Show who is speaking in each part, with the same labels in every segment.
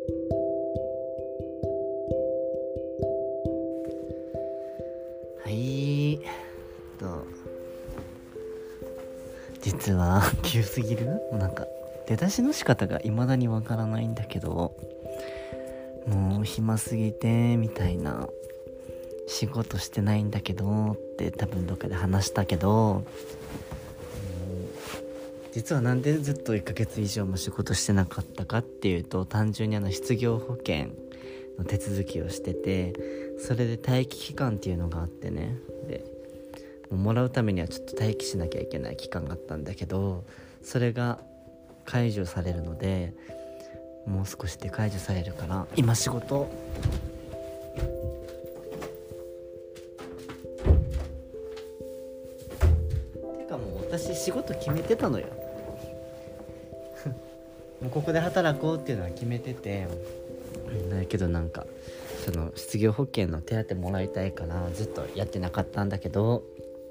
Speaker 1: 実は急すぎる？なんか出だしの仕方が未だにわからないんだけど、もう暇すぎてみたいな、仕事してないんだけどって多分どっかで話したけど、実はなんでずっと1ヶ月以上も仕事してなかったかっていうと、単純に失業保険の手続きをしてて、それで待機期間っていうのがあってね、でもらうためにはちょっと待機しなきゃいけない期間があったんだけど、それが解除されるので、もう少しで解除されるから今仕事てか、もう私仕事決めてたのよもうここで働こうっていうのは決めてて、だけどなんかその失業保険の手当もらいたいからずっとやってなかったんだけど、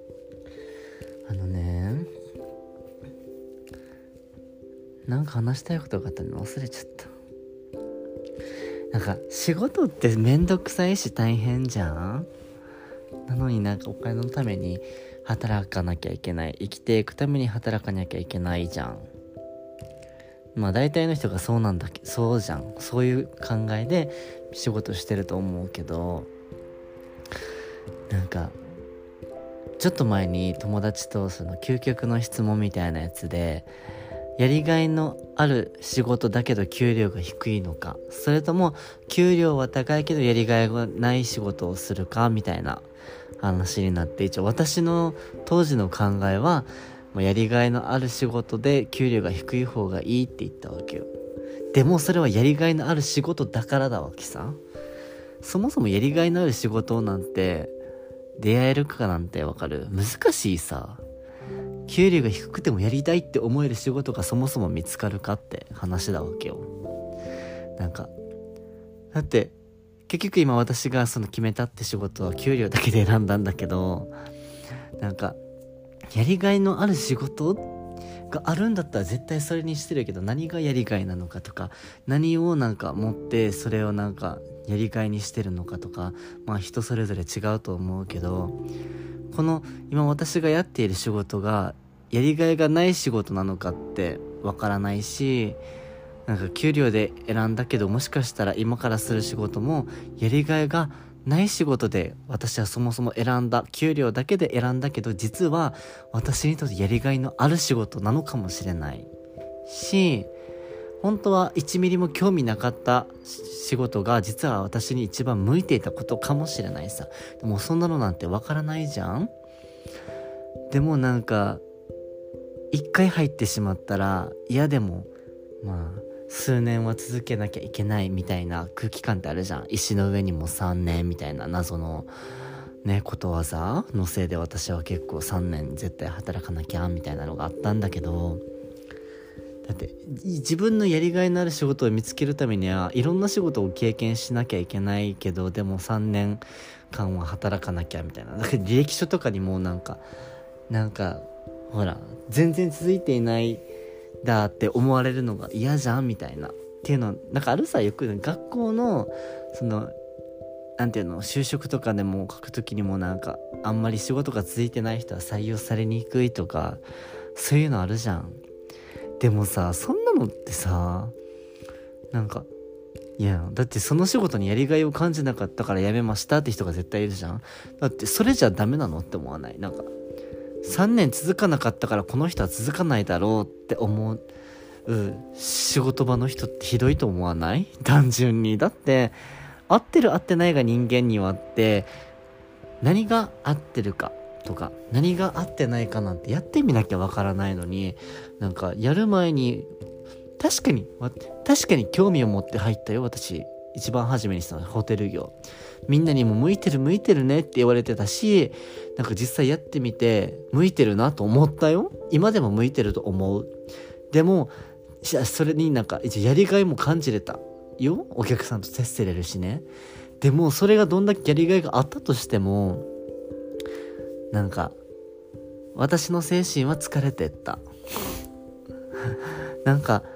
Speaker 1: なんか話したいことがあったの忘れちゃった。なんか仕事ってめんどくさいし大変じゃん。なのになんかお金のために働かなきゃいけない、生きていくために働かなきゃいけないじゃん。まあ大体の人がそうなんだけど、そうじゃん、そういう考えで仕事してると思うけど、なんかちょっと前に友達とその究極の質問みたいなやつで、やりがいのある仕事だけど給料が低いのか、それとも給料は高いけどやりがいがない仕事をするかみたいな話になって、一応私の当時の考えは、やりがいのある仕事で給料が低い方がいいって言ったわけよ。でもそれはやりがいのある仕事だからだわけさ。そもそもやりがいのある仕事なんて出会えるかなんてわかる？難しいさ。給料が低くてもやりたいって思える仕事がそもそも見つかるかって話だわけよ。なんかだって結局今私がその決めたって仕事は給料だけで選んだんだけど、なんかやりがいのある仕事があるんだったら絶対それにしてるけど、何がやりがいなのかとか、何をなんか持ってそれをなんかやりがいにしてるのかとか、人それぞれ違うと思うけど、この今私がやっている仕事がやりがいがない仕事なのかってわからないし、なんか給料で選んだけど、もしかしたら今からする仕事もやりがいがない仕事で私はそもそも選んだ、給料だけで選んだけど、実は私にとってやりがいのある仕事なのかもしれないし、本当は1ミリも興味なかった仕事が実は私に一番向いていたことかもしれないさ。でもそんなのなんてわからないじゃん。でもなんか一回入ってしまったら嫌でも数年は続けなきゃいけないみたいな空気感ってあるじゃん。石の上にも3年みたいな謎のね、ことわざのせいで私は結構3年絶対働かなきゃみたいなのがあったんだけど、だって自分のやりがいのある仕事を見つけるためにはいろんな仕事を経験しなきゃいけないけど、でも3年間は働かなきゃみたいな。だから履歴書とかにもなんかほら全然続いていないだって思われるのが嫌じゃんみたいなっていうのなんかあるさ。よく学校のそのなんていうの、就職とかでも書くときにもなんかあんまり仕事が続いてない人は採用されにくいとか、そういうのあるじゃん。でもさ、そんなのってさ、なんかいやだってその仕事にやりがいを感じなかったから辞めましたって人が絶対いるじゃん。だってそれじゃダメなのって思わない？なんか3年続かなかったからこの人は続かないだろうって思う仕事場の人ってひどいと思わない？単純に。だって合ってる合ってないが人間にはあって、何が合ってるかとか何が合ってないかなんてやってみなきゃわからないのに、なんかやる前に確かに興味を持って入ったよ。私一番初めにしたホテル業、みんなにも向いてるねって言われてたし、なんか実際やってみて向いてるなと思ったよ。今でも向いてると思う。でもそれになんかやりがいも感じれたよ。お客さんと接せれるしね。でもそれがどんだけやりがいがあったとしても、なんか私の精神は疲れてったなんか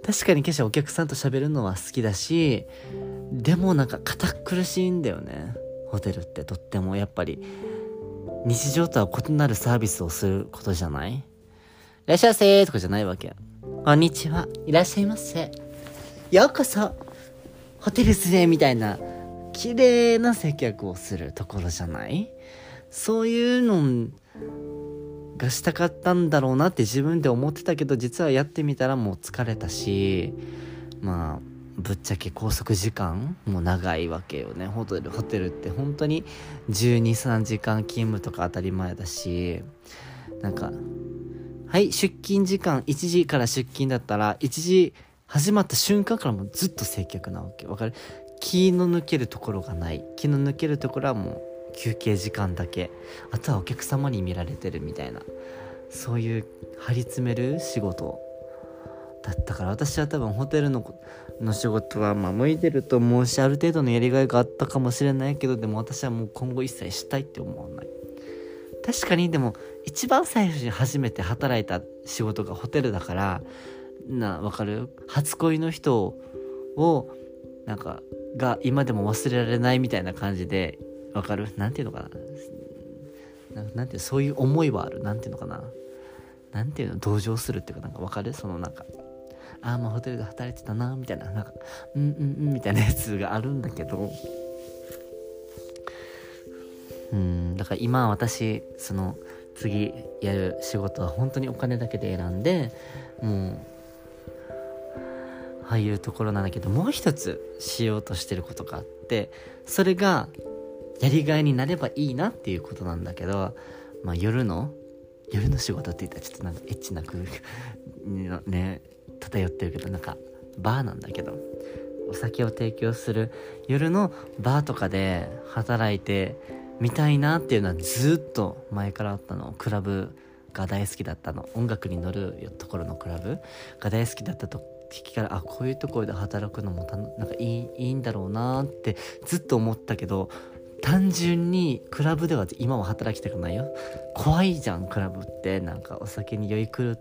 Speaker 1: 確かにケシはお客さんと喋るのは好きだし、でもなんか堅苦しいんだよね。ホテルってとってもやっぱり日常とは異なるサービスをすることじゃない？いらっしゃいませとかじゃないわけ。こんにちは、いらっしゃいませ、ようこそホテルスへみたいな綺麗な接客をするところじゃない？そういうのがしたかったんだろうなって自分で思ってたけど、実はやってみたらもう疲れたし、まあぶっちゃけ拘束時間も長いわけよね。ホテルって本当に12、3時間勤務とか当たり前だし、なんかはい出勤時間1時から出勤だったら1時始まった瞬間からもうずっと接客なわけ。わかる？気の抜けるところがない。気の抜けるところはもう休憩時間だけ、あとはお客様に見られてるみたいな、そういう張り詰める仕事だったから、私は多分ホテルの仕事は向いてると思うし、ある程度のやりがいがあったかもしれないけど、でも私はもう今後一切したいって思わない。確かにでも一番最初に初めて働いた仕事がホテルだから、わかる？初恋の人をなんかが今でも忘れられないみたいな感じで、わかる？なんていうのかな、なんていう、そういう思いはある。なんていうのかな、なんていうの、同情するっていうか、なんかわかる？そのなんかホテルで働いてたなみたいな、なんかみたいなやつがあるんだけど、だから今私その次やる仕事は本当にお金だけで選んで、もうああいうところなんだけど、もう一つしようとしてることがあって、それがやりがいになればいいなっていうことなんだけど、夜の仕事って言ったらちょっとなんかエッチな空気ね漂ってるけど、なんかバーなんだけど、お酒を提供する夜のバーとかで働いてみたいなっていうのはずっと前からあったの。クラブが大好きだったの。音楽に乗るところのクラブが大好きだったと聞きから、こういうところで働くのもなんかいいんだろうなってずっと思ったけど、単純にクラブでは今は働きたくないよ。怖いじゃんクラブって。なんかお酒に酔い狂って、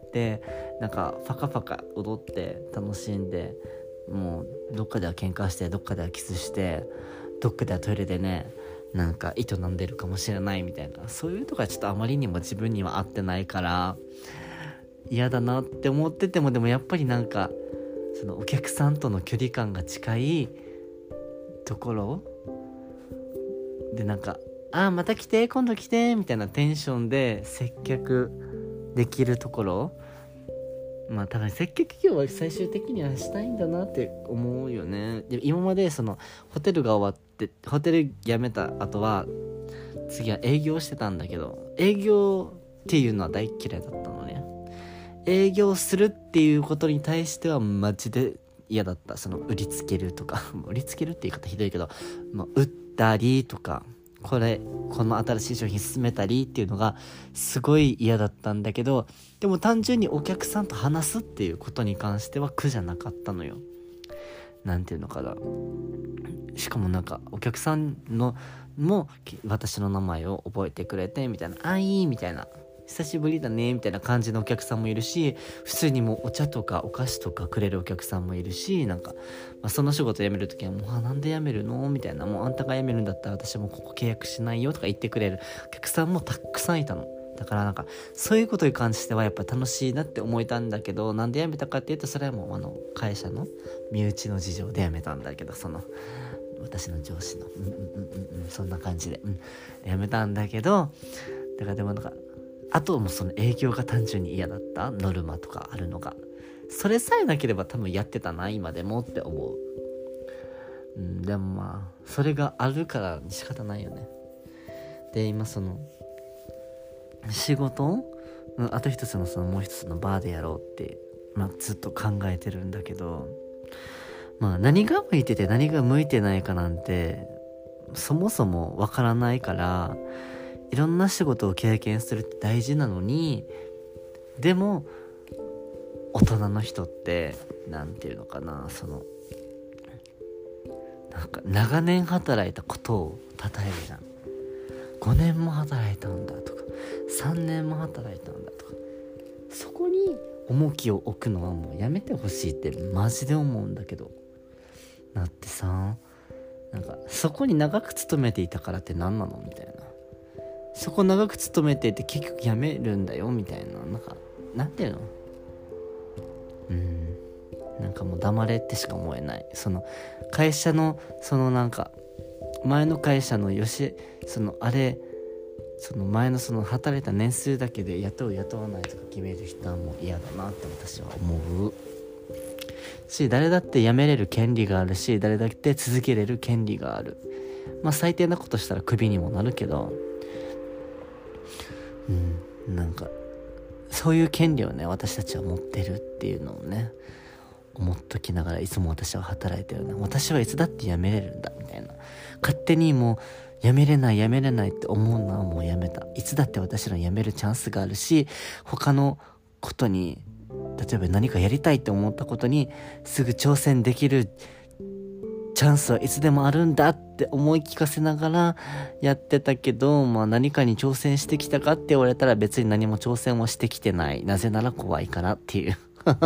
Speaker 1: なんかパカパカ踊って楽しんで、もうどっかでは喧嘩して、どっかではキスして、どっかではトイレでねなんか営んでるかもしれないみたいな、そういうとこはちょっとあまりにも自分には合ってないから嫌だなって思ってても、でもやっぱりなんかそのお客さんとの距離感が近いところで、なんかまた来て今度来てみたいなテンションで接客できるところ、多分接客業は最終的にはしたいんだなって思うよね。で今までそのホテルが終わってホテル辞めた後は次は営業してたんだけど、営業っていうのは大嫌いだったのね。営業するっていうことに対してはマジで嫌だった。その売りつけるとか売りつけるって言い方ひどいけど、売ったりとかこの新しい商品進めたりっていうのがすごい嫌だったんだけど、でも単純にお客さんと話すっていうことに関しては苦じゃなかったのよ。なんていうのかな、しかもなんかお客さんのも私の名前を覚えてくれてみたいな、いいみたいな、久しぶりだねみたいな感じのお客さんもいるし、普通にもうお茶とかお菓子とかくれるお客さんもいるし、なんか、その仕事辞めるときはもうなんで辞めるのみたいな、もうあんたが辞めるんだったら私はもうここ契約しないよとか言ってくれるお客さんもたくさんいたの。だからなんかそういうことに関してはやっぱ楽しいなって思えたんだけど、なんで辞めたかっていうと、それはもう会社の身内の事情で辞めたんだけど、その私の上司のそんな感じで、辞めたんだけど、だからでもなんかあともその営業が単純に嫌だった。ノルマとかあるのが、それさえなければ多分やってたな今でもって思う。でもそれがあるから仕方ないよね。で今その仕事あと一つのそのもう一つのバーでやろうって、ずっと考えてるんだけど、何が向いてて何が向いてないかなんてそもそもわからないから、いろんな仕事を経験するって大事なのに、でも大人の人ってなんていうのかな、そのなんか長年働いたことを称えるじゃん。5年も働いたんだとか3年も働いたんだとか、そこに重きを置くのはもうやめてほしいってマジで思うんだけど。だってさ、なんかそこに長く勤めていたからって何なのみたいな、そこ長く勤めていて結局辞めるんだよみたいな、なんかなんていうの、なんかもう黙れってしか思えない。その会社のそのなんか前の会社のその前のその働いた年数だけで雇う雇わないとか決める人はもう嫌だなって私は思うし、誰だって辞めれる権利があるし、誰だって続けれる権利がある。まあ最低なことしたらクビにもなるけど、なんかそういう権利をね私たちは持ってるっていうのをね思っときながらいつも私は働いてるね。私はいつだって辞めれるんだみたいな、勝手にもう辞めれないって思うのはもうやめた。いつだって私ら辞めるチャンスがあるし、他のことに例えば何かやりたいって思ったことにすぐ挑戦できるチャンスはいつでもあるんだって思い聞かせながらやってたけど、まあ何かに挑戦してきたかって言われたら別に何も挑戦をしてきてない。なぜなら怖いからっていう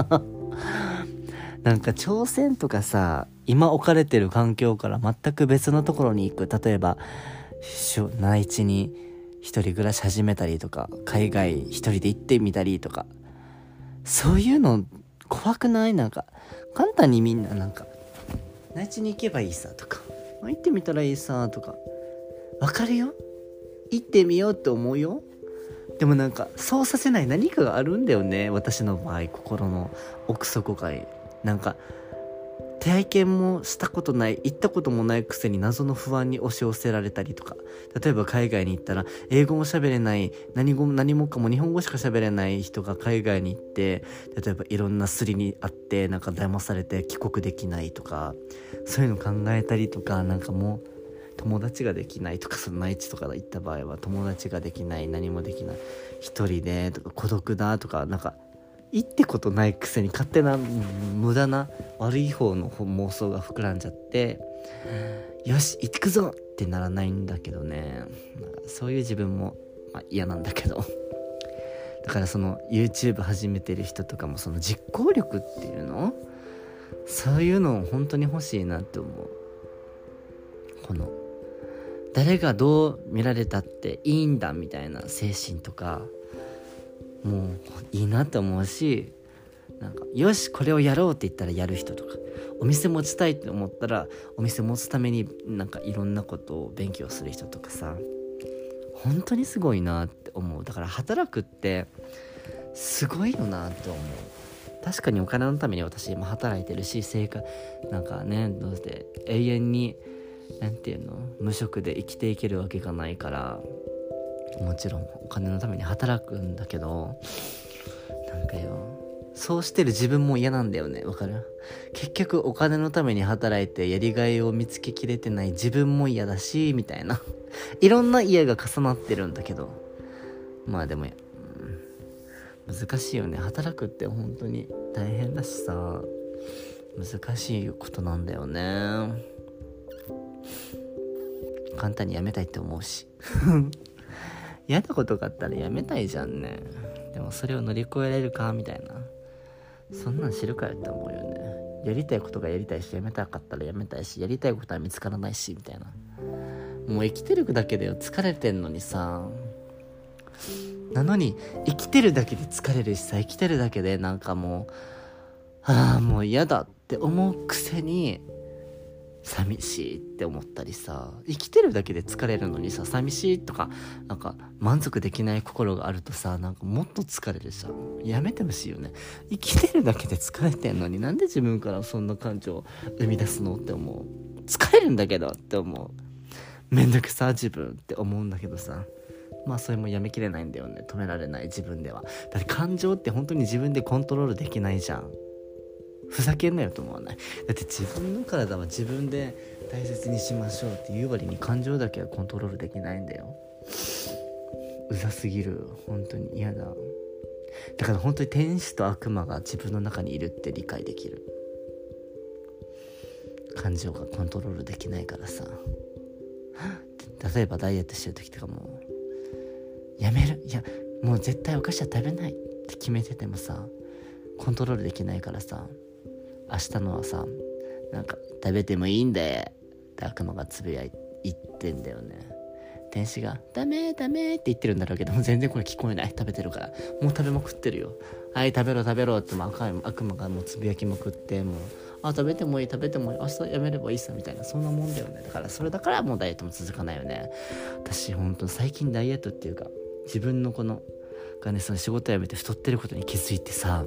Speaker 1: なんか挑戦とかさ、今置かれてる環境から全く別のところに行く、例えば内地に一人暮らし始めたりとか、海外一人で行ってみたりとか、そういうの怖くない？なんか簡単にみんななんか内地に行けばいいさとか、行ってみたらいいさとか、わかるよ、行ってみようって思うよ。でもなんかそうさせない何かがあるんだよね、私の場合。心の奥底がなんか体験もしたことない、行ったこともないくせに謎の不安に押し寄せられたりとか、例えば海外に行ったら英語も喋れない、何もかも日本語しか喋れない人が海外に行って、例えばいろんなスリにあってなんか騙されて帰国できないとか、そういうの考えたりとか、なんかもう友達ができないとか、その内地とか行った場合は友達ができない、何もできない、一人でとか孤独だとか、なんか行ってことないくせに勝手な無駄な悪い方の妄想が膨らんじゃって、よし行くぞってならないんだけどね。そういう自分も、嫌なんだけどだからその YouTube 始めてる人とかもその実行力っていうの、そういうのを本当に欲しいなって思う。この誰がどう見られたっていいんだみたいな精神とかもういいなって思うし、なんかよしこれをやろうって言ったらやる人とか、お店持ちたいって思ったらお店持つためになんかいろんなことを勉強する人とかさ、本当にすごいなって思う。だから働くってすごいよなって思う。確かにお金のために私今働いてるし、なんかね、どうして永遠になんていうの、無職で生きていけるわけがないから、もちろんお金のために働くんだけど、なんかよ、そうしてる自分も嫌なんだよね。わかる？結局お金のために働いてやりがいを見つけきれてない自分も嫌だしみたいな、いろんな嫌が重なってるんだけど、まあでも難しいよね。働くって本当に大変だしさ、難しいことなんだよね。簡単に辞めたいって思うし嫌なことがあったら辞めたいじゃんね。でもそれを乗り越えられるかみたいな、そんなん知るかよって思うよね。やりたいことがやりたいし、辞めたかったら辞めたいし、やりたいことは見つからないしみたいな。もう生きてるだけで疲れてんのにさ、なのに生きてるだけで疲れるしさ、生きてるだけでなんかもうもう嫌だって思うくせに寂しいって思ったりさ、生きてるだけで疲れるのにさ、寂しいとかなんか満足できない心があるとさ、なんかもっと疲れるさ。やめてほしいよね。生きてるだけで疲れてんのになんで自分からそんな感情を生み出すのって思う。疲れるんだけどって思う。めんどくさ自分って思うんだけどさ、まあそれもやめきれないんだよね。止められない自分では。だって感情って本当に自分でコントロールできないじゃん。ふざけんなよと思わない？だって自分の体は自分で大切にしましょうっていう割に感情だけはコントロールできないんだよ。うざすぎる。本当に嫌だ。だから本当に天使と悪魔が自分の中にいるって理解できる。感情がコントロールできないからさ。例えばダイエットしてる時とかもやめる、いやもう絶対お菓子は食べないって決めててもさ、 コントロールできないからさ、明日のはさ、なんか食べてもいいんだよって悪魔がつぶやいてんだよね。天使がダメダメって言ってるんだろうけども、全然これ聞こえない。食べてるから、もう食べまくってるよ。はい、食べろ食べろって悪魔がもうつぶやきまくって、もう食べてもいい明日やめればいいさみたいな、そんなもんだよね。だからそれだからもうダイエットも続かないよね。私ほんと最近ダイエットっていうか、自分のこのがね、その仕事辞めて太ってることに気づいてさ、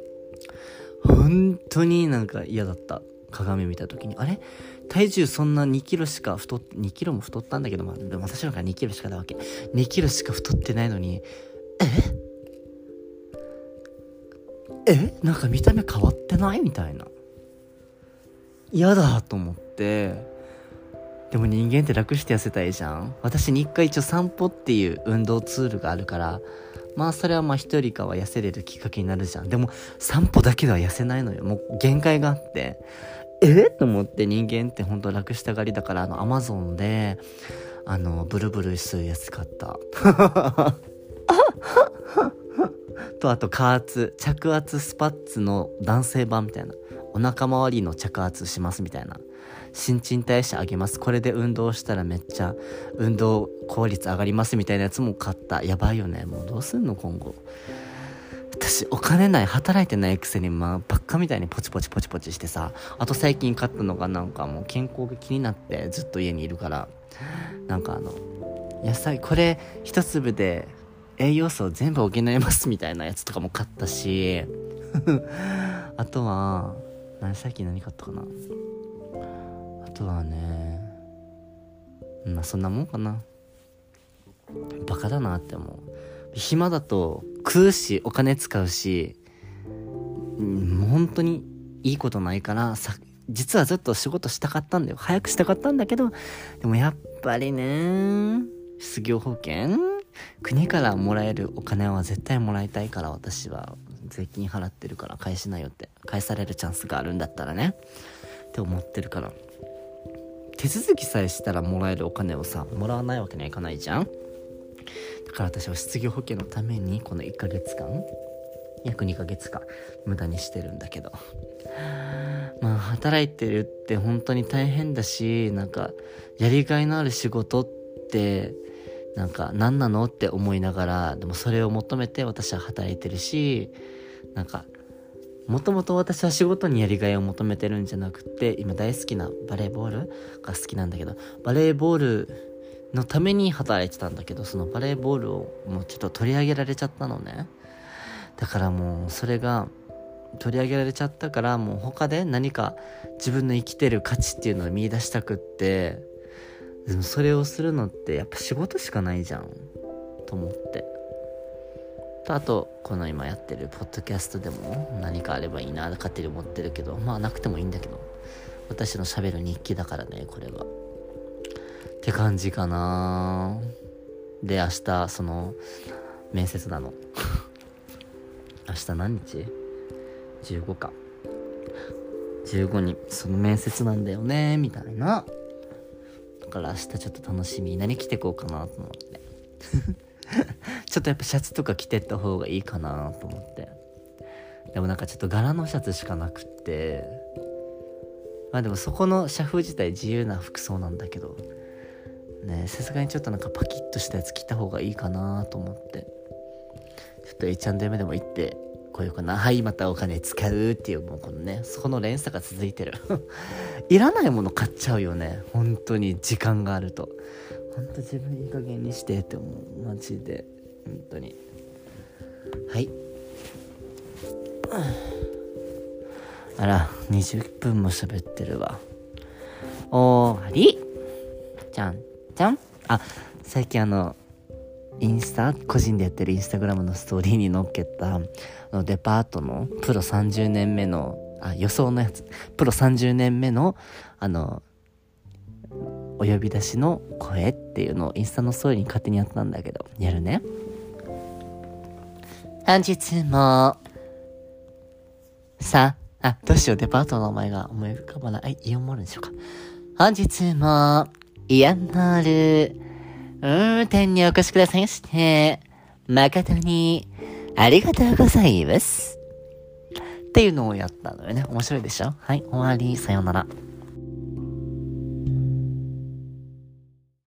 Speaker 1: 本当になんか嫌だった。鏡見た時に、あれ体重そんな2キロしか2キロも太ったんだけど、でも私のから2キロしかだわけ。2キロしか太ってないのに、なんか見た目変わってないみたいな。嫌だと思って。でも人間って楽して痩せたいじゃん。私に一回一応散歩っていう運動ツールがあるから、まあそれはまあ一人かは痩せれるきっかけになるじゃん。でも散歩だけでは痩せないのよ。もう限界があって、と思って。人間って本当楽したがりだから、アマゾンでブルブル吸うやつ買ったと、あと着圧スパッツの男性版みたいな、お腹周りの着圧しますみたいな、新陳代謝上げます、これで運動したらめっちゃ運動効率上がりますみたいなやつも買った。やばいよね。もうどうすんの今後。私お金ない、働いてないくせにばっかみたいにポチポチしてさ。あと最近買ったのが、なんかもう健康が気になってずっと家にいるから、なんか野菜これ一粒で栄養素を全部補えますみたいなやつとかも買ったしあとは最近何買ったかな。あとはね、まあそんなもんかな。バカだなって思う。暇だと食うしお金使うし、本当にいいことないからさ。実はずっと仕事したかったんだよ。早くしたかったんだけど、でもやっぱりね、失業保険国からもらえるお金は絶対もらいたいから、私は税金払ってるから返しなよって、返されるチャンスがあるんだったらねって思ってるから、手続きさえしたらもらえるお金をさ、もらわないわけにはいかないじゃん。だから私は失業保険のためにこの1ヶ月間、約2ヶ月か無駄にしてるんだけど、まあ働いてるって本当に大変だし、なんかやりがいのある仕事ってなんか何なのって思いながら、でもそれを求めて私は働いてるし、なんかもともと私は仕事にやりがいを求めてるんじゃなくて、今大好きなバレーボールが好きなんだけど、バレーボールのために働いてたんだけど、そのバレーボールをもうちょっと取り上げられちゃったのね。だからもうそれが取り上げられちゃったから、もう他で何か自分の生きてる価値っていうのを見出したくって、でもそれをするのってやっぱ仕事しかないじゃんと思って、とあとこの今やってるポッドキャストでも何かあればいいな勝手に思ってるけど、まあなくてもいいんだけど、私の喋る日記だからねこれはって感じかな。で明日その面接なの明日何日 ?15 か15にその面接なんだよねみたいな。だから明日ちょっと楽しみ。何着てこうかなと思ってちょっとやっぱシャツとか着てった方がいいかなと思って。でもなんかちょっと柄のシャツしかなくって、まあでもそこの社風自体自由な服装なんだけどね、さすがにちょっとなんかパキッとしたやつ着た方がいいかなと思って、ちょっと H&M でも行ってこようかな。はい、またお金使うっていう、もうこのね、そこの連鎖が続いてるいらないもの買っちゃうよね、本当に時間があると。本当自分いい加減にしてって思う、マジで本当に。はいあら20分も喋ってるわ。終わり。じゃんじゃん。最近インスタ個人でやってるインスタグラムのストーリーに載っけたデパートのプロ30年目の予想のやつ、プロ30年目のお呼び出しの声っていうのをインスタのストーリーに勝手にやったんだけど、やるね。本日もどうしよう、デパートの名前が思い浮かばない。イオンモールにしようか。本日もイオンモール店にお越しくださいまして誠にありがとうございます。 っていうのをやったのよね。面白いでしょ？はい、終わり。さようなら。